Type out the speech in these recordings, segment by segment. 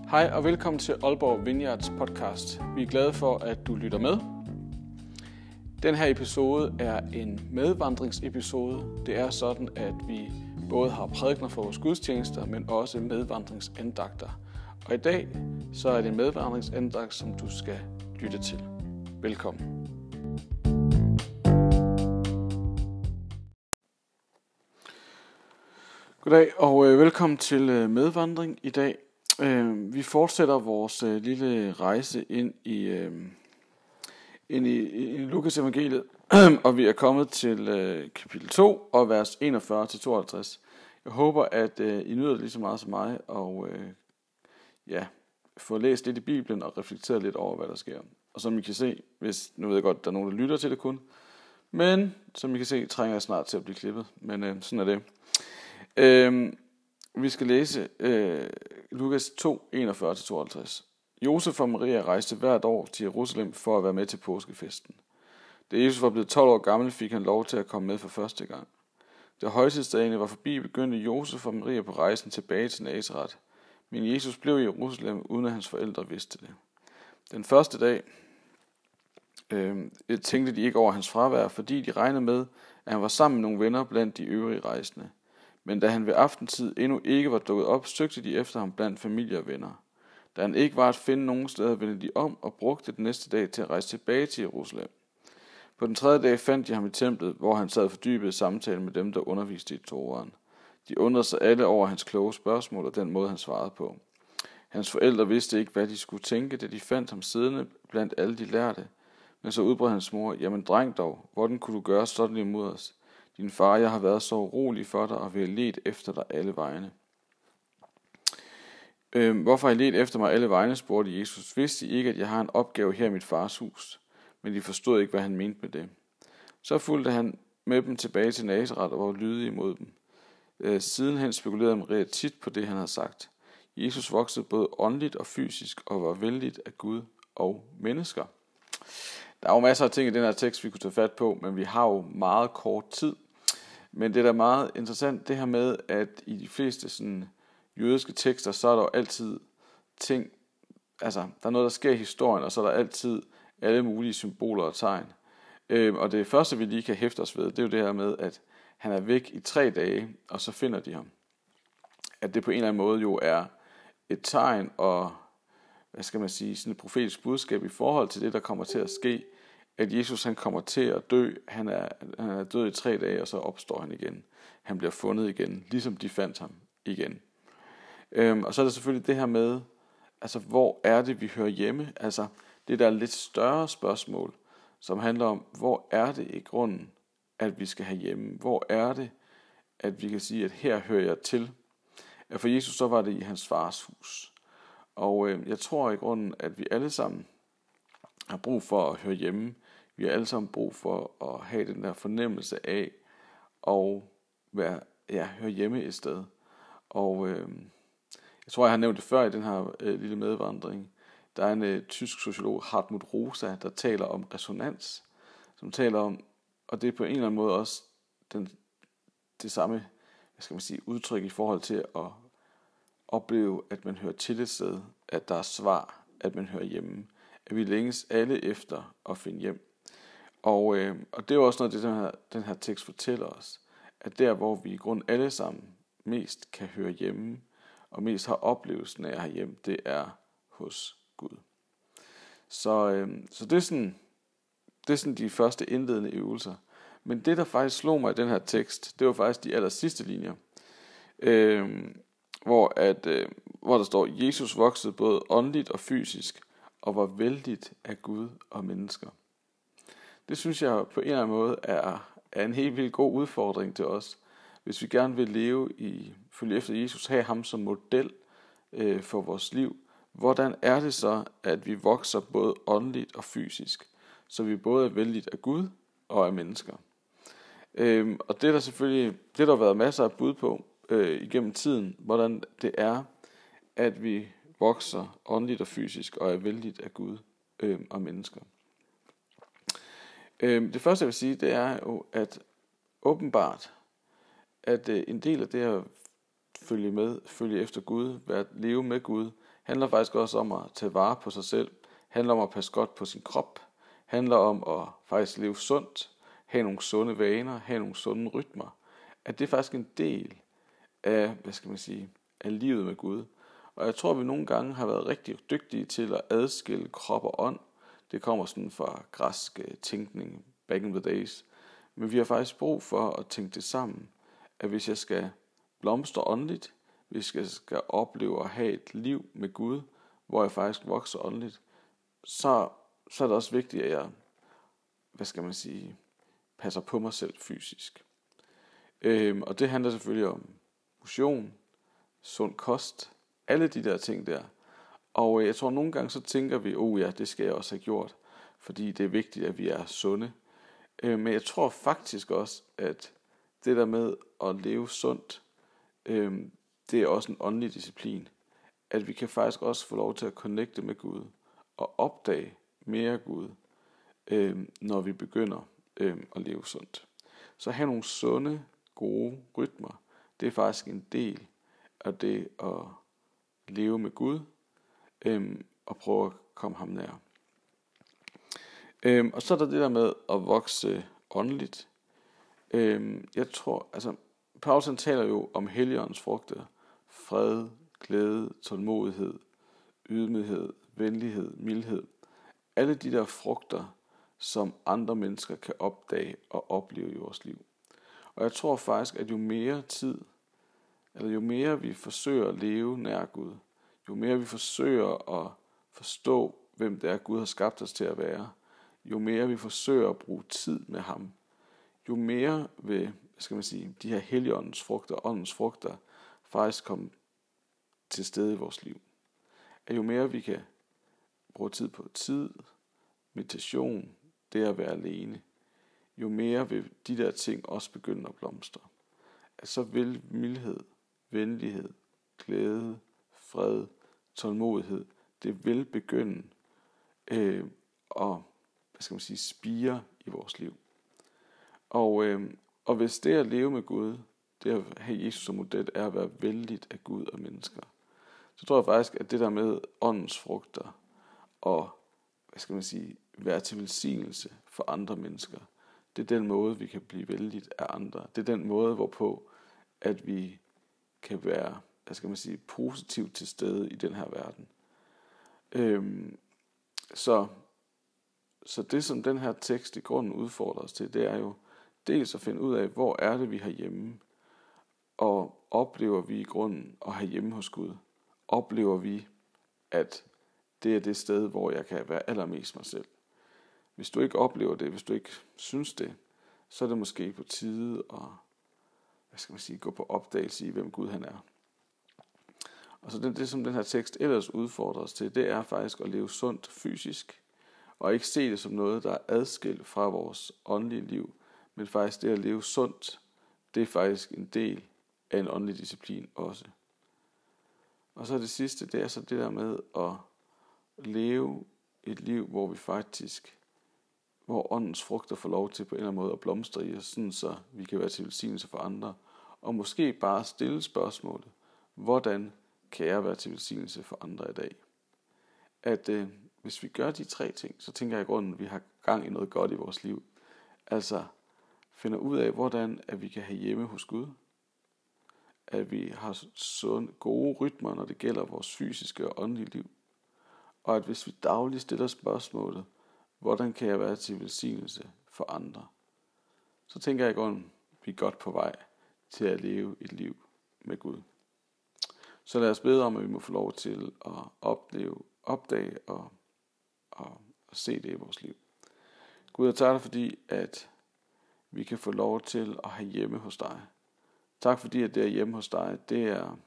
Hej og velkommen til Aalborg Vineyards podcast. Vi er glade for, at du lytter med. Den her episode er en medvandringsepisode. Det er sådan, at vi både har prædikener for vores gudstjenester, men også medvandringsandagter. Og i dag så er det en medvandringsandagt, som du skal lytte til. Velkommen. Goddag og velkommen til medvandring i dag. Vi fortsætter vores lille rejse ind i Lukas evangeliet, og vi er kommet til kapitel 2 og vers 41-52. Jeg håber, at I nyder det lige så meget som mig, og få læst lidt i Bibelen og reflekteret lidt over, hvad der sker. Og som I kan se, nu ved jeg godt, at der er nogen, der lytter til det kun, men som I kan se, trænger jeg snart til at blive klippet, men sådan er det. Vi skal læse Lukas 2, 41-52. Josef og Maria rejste hvert år til Jerusalem for at være med til påskefesten. Da Jesus var blevet 12 år gammel, fik han lov til at komme med for første gang. Da højtidsdagene var forbi, begyndte Josef og Maria på rejsen tilbage til Nazaret. Men Jesus blev i Jerusalem, uden at hans forældre vidste det. Den første dag tænkte de ikke over hans fravær, fordi de regnede med, at han var sammen med nogle venner blandt de øvrige rejsende. Men da han ved aftentid endnu ikke var dukket op, søgte de efter ham blandt familie og venner. Da han ikke var at finde nogen steder, vendte de om og brugte den næste dag til at rejse tilbage til Jerusalem. På den tredje dag fandt de ham i templet, hvor han sad fordybet samtale med dem, der underviste i Toraen. De undrede sig alle over hans kloge spørgsmål og den måde, han svarede på. Hans forældre vidste ikke, hvad de skulle tænke, da de fandt ham siddende blandt alle de lærte. Men så udbrød hans mor: "Jamen dreng dog, hvordan kunne du gøre sådan imod os? Din far, jeg har været så urolig for dig, og vi har ledt efter dig alle vegne." Hvorfor har I ledt efter mig alle vegne, spurgte Jesus. Vidste I ikke, at jeg har en opgave her i mit fars hus? Men de forstod ikke, hvad han mente med det. Så fulgte han med dem tilbage til Nazaret og var lydig imod dem. Sidenhen spekulerede Maria tit på det, han havde sagt. Jesus voksede både åndeligt og fysisk og var vældigt af Gud og mennesker. Der er jo masser af ting i den her tekst, vi kunne tage fat på, men vi har jo meget kort tid. Men det er da meget interessant, det her med, at i de fleste sådan jødiske tekster, så er der jo altid ting, altså der er noget, der sker i historien, og så er der altid alle mulige symboler og tegn. Og det første, vi lige kan hæfte os ved, det er jo det her med, at han er væk i 3 dage, og så finder de ham. At det på en eller anden måde jo er et tegn og, sådan et profetisk budskab i forhold til det, der kommer til at ske, at Jesus han kommer til at dø, han er død i 3 dage, og så opstår han igen. Han bliver fundet igen, ligesom de fandt ham igen. Og så er der selvfølgelig det her med, altså hvor er det, vi hører hjemme? Altså det der lidt større spørgsmål, som handler om, hvor er det i grunden, at vi skal have hjemme? Hvor er det, at vi kan sige, at her hører jeg til? For Jesus så var det i hans fars hus. Og jeg tror i grunden, at vi alle sammen har brug for at høre hjemme. Vi har alle sammen brug for at have den der fornemmelse af at høre hjemme et sted. Og jeg tror, jeg har nævnt det før i den her lille medvandring. Der er en tysk sociolog, Hartmut Rosa, der taler om resonans. Som taler om, og det er på en eller anden måde også det samme udtryk i forhold til at opleve, at man hører til et sted, at der er svar, at man hører hjemme. At vi længes alle efter at finde hjem. Og det er jo også noget, det den her tekst fortæller os. At der, hvor vi i grund alle sammen mest kan høre hjemme, og mest har oplevelsen af at have hjem, det er hos Gud. Så det er sådan de første indledende øvelser. Men det, der faktisk slog mig i den her tekst, det var faktisk de aller sidste linjer. Hvor der står, Jesus voksede både åndeligt og fysisk, og var vældigt af Gud og mennesker. Det synes jeg på en eller anden måde er en helt vildt god udfordring til os. Hvis vi gerne vil følge efter Jesus, have ham som model for vores liv, hvordan er det så, at vi vokser både åndeligt og fysisk, så vi både er vældigt af Gud og af mennesker? Og det er der selvfølgelig, det der har været masser af bud på igennem tiden, hvordan det er, at vi vokser åndeligt og fysisk og er vældigt af Gud og mennesker. Det første jeg vil sige, det er jo, at åbenbart, at en del af det at følge efter Gud, leve med Gud, handler faktisk også om at tage vare på sig selv, handler om at passe godt på sin krop, handler om at faktisk leve sundt, have nogle sunde vaner, have nogle sunde rytmer. At det er faktisk en del af, af livet med Gud. Og jeg tror, at vi nogle gange har været rigtig dygtige til at adskille krop og ånd. Det kommer sådan fra græsk tænkning back in the days. Men vi har faktisk brug for at tænke det sammen. At hvis jeg skal blomstre åndeligt, hvis jeg skal opleve at have et liv med Gud, hvor jeg faktisk vokser åndeligt, så er det også vigtigt, at jeg, passer på mig selv fysisk. Og det handler selvfølgelig om motion, sund kost, alle de der ting der. Og jeg tror nogle gange så tænker vi, det skal jeg også have gjort, fordi det er vigtigt, at vi er sunde. Men jeg tror faktisk også, at det der med at leve sundt, det er også en åndelig disciplin. At vi kan faktisk også få lov til at connecte med Gud og opdage mere Gud, når vi begynder at leve sundt. Så have nogle sunde, gode rytmer, det er faktisk en del af det at leve med Gud og prøve at komme ham nær. Og så er der det der med at vokse åndeligt. Jeg tror, Paulus han taler jo om Helligåndens frugter: fred, glæde, tålmodighed, ydmyghed, venlighed, mildhed. Alle de der frugter, som andre mennesker kan opdage og opleve i vores liv. Og jeg tror faktisk, at jo mere vi forsøger at leve nær Gud, jo mere vi forsøger at forstå, hvem det er, Gud har skabt os til at være, jo mere vi forsøger at bruge tid med ham, jo mere vil, de her Helligåndens frugter, åndens frugter, faktisk komme til stede i vores liv. At jo mere vi kan bruge tid på meditation, det at være alene, jo mere vil de der ting også begynde at blomstre. At så vil mildhed, venlighed, glæde, fred, tålmodighed, det vil begynde at spire i vores liv. Og hvis det at leve med Gud, det at have Jesus som model, er at være vældigt af Gud og mennesker, så tror jeg faktisk, at det der med åndens frugter og være til velsignelse for andre mennesker, det er den måde, vi kan blive vældigt af andre. Det er den måde, hvorpå at vi kan være, positivt til stede i den her verden. Så det, som den her tekst i grunden udfordrer os til, det er jo dels at finde ud af, hvor er det, vi har hjemme, og oplever vi i grunden at have hjemme hos Gud. Oplever vi, at det er det sted, hvor jeg kan være allermest mig selv. Hvis du ikke oplever det, hvis du ikke synes det, så er det måske på tide at gå på opdagelse i, hvem Gud han er. Og så det, som den her tekst ellers udfordrer os til, det er faktisk at leve sundt fysisk, og ikke se det som noget, der er adskilt fra vores åndelige liv, men faktisk det at leve sundt, det er faktisk en del af en åndelig disciplin også. Og så det sidste, det er så det der med at leve et liv, hvor vi faktisk, hvor åndens frugter får lov til på en eller anden måde at blomstre i os, sådan så vi kan være til velsignelse for andre, og måske bare stille spørgsmålet: hvordan kan jeg være til velsignelse for andre i dag? At hvis vi gør de 3 ting, så tænker jeg i grunden, at vi har gang i noget godt i vores liv. Altså finder ud af, hvordan at vi kan have hjemme hos Gud, at vi har sunde, gode rytmer, når det gælder vores fysiske og åndelige liv, og at hvis vi dagligt stiller spørgsmålet: hvordan kan jeg være til velsignelse for andre? Så tænker jeg i grunden, at vi er godt på vej til at leve et liv med Gud. Så lad os bede om, at vi må få lov til at opdage og se det i vores liv. Gud, jeg takker dig, fordi at vi kan få lov til at have hjemme hos dig. Tak fordi at det er hjemme hos dig, det er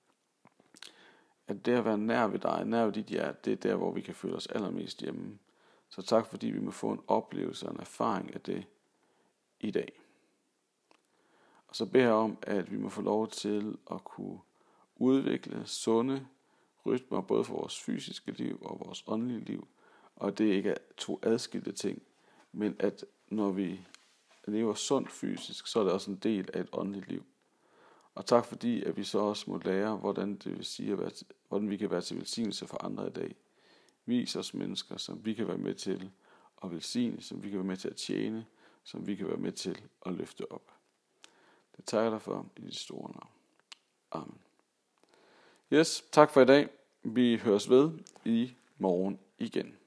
at være nær ved dig, nær ved dit hjerte, det er der, hvor vi kan føle os allermest hjemme. Så tak fordi vi må få en oplevelse og en erfaring af det i dag. Og så beder jeg om, at vi må få lov til at kunne udvikle sunde rytmer, både for vores fysiske liv og vores åndelige liv. Og det ikke er 2 adskilte ting, men at når vi lever sundt fysisk, så er det også en del af et åndeligt liv. Og tak fordi, at vi så også må lære, hvordan det vil sige hvordan vi kan være til velsignelse for andre i dag. Vis os mennesker, som vi kan være med til at velsigne, som vi kan være med til at tjene, som vi kan være med til at løfte op. Det takker dig for i dit store navn. Amen. Yes, tak for i dag. Vi høres ved i morgen igen.